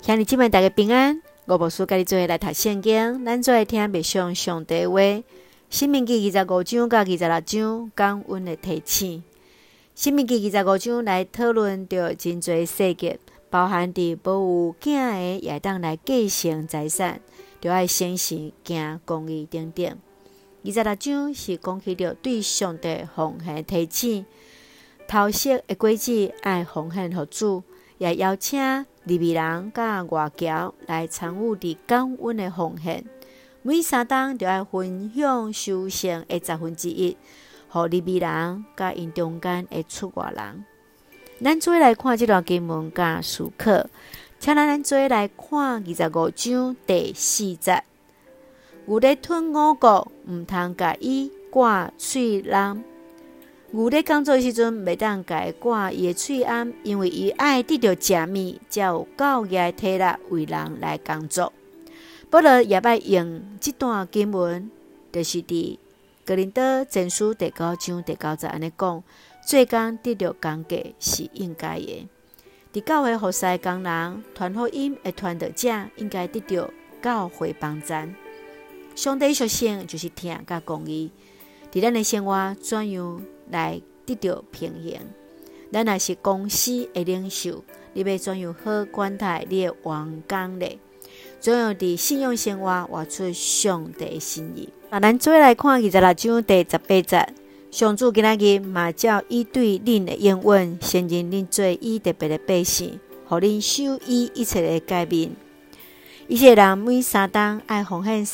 兄弟姊妹大家平安，我牧师甲你做伙来读圣经，咱做伙听默想上帝的话。申命记25章到26章，感恩的提醒。申命记25章来讨论着真侪细节，包含伫保有囝的也当来继承财产，着爱诚实行公义等等。26章是讲起着对上帝奉献提醒，头色的果子爱奉献予主，也邀请利未人甲外侨来参与伫感恩的奉献。每3天就要分享收成的1/10，予利未人甲因中间的出外人。咱做来看这段经文甲思考，请咱做来看25章第4节。牛咧吞五穀，毋通甲伊挂喙囊。牛咧工作的时阵，袂当甲伊挂伊的喙安，因为伊爱得到食物，才有够业体力为人来工作。保罗也捌用这段经文，就是伫哥林多前书第9章第9节安尼讲：做工得到工价是应该的。伫教会服侍的工人，传福音的传道者，应该得到教会帮赞。上帝属性就是听甲公义，伫咱的生活怎样来得到平衡？咱若是公司的领袖，你要怎样好管待你的员工呢？怎样伫信用生活活出上帝的心意？咱做来看26章第18节，上主今仔日嘛照伊对恁的应允，承认恁做伊特别的百姓，互恁守伊一切的诫命。以色列人每3天爱奉献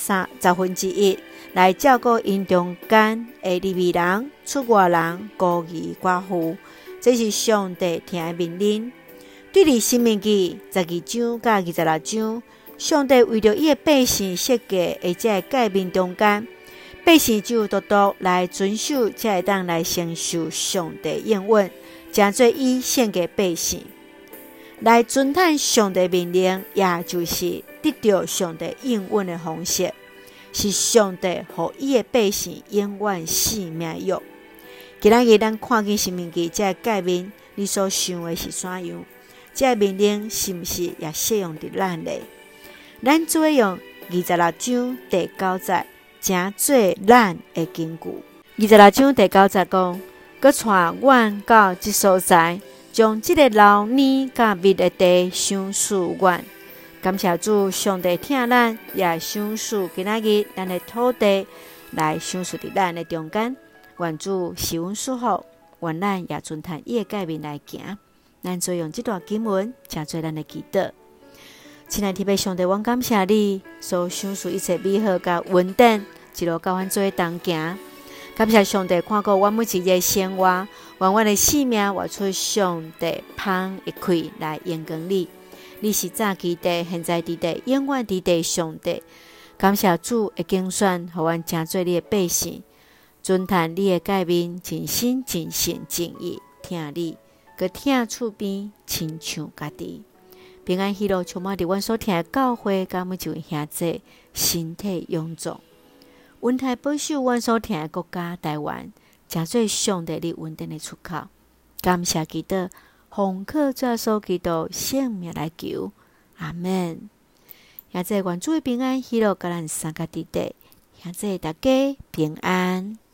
1/10来照顾因中间的利未人、出外人、孤儿寡妇，这是上帝听的命令。对伫申命记12章到26章，上帝为着伊的百姓设计的这诫命中间，百姓只有独独来遵守，才会当来承受上帝应允，诚做伊献给百姓。来遵探上帝命令，也就是得到上帝应允的方式，是上帝予伊的百姓永远性命约。今仔日咱看见申命记这诫命，你所想的是怎样？这命令是毋是也适用伫咱咧？咱做用26章第9节，诚做咱的根据。26章第9节讲，佮带阮到即所在。将这个老年甲密的地赏赐阮，感谢主，上帝听咱，也赏赐今仔日咱的土地来赏赐伫咱的中间。愿主是阮祝福，愿咱也遵探伊的诫命来行。咱做用这段经文，诚做咱的祈祷。亲爱的天父上帝，阮感谢你所赏赐一切美好甲稳定，一路甲阮做同行。感谢上帝看顾阮每一日生活，愿阮的性命活出上帝芳的开来荣光你。你是早期地、现在伫地、永远伫地上帝。感谢主的拣选，互阮诚做你的百姓，遵探你的诫命，尽心尽性尽意听你，佮听厝边亲像家己。平安喜乐充满伫阮所听的教会，甲每一位兄弟身体勇壮。稳泰保守阮所听的国家台湾，诚做上帝你稳定的出口。感谢祈祷，奉靠主耶稣基督圣名来求，阿们。也在愿主的平安喜乐，甲咱三个伫地，也在大家平安。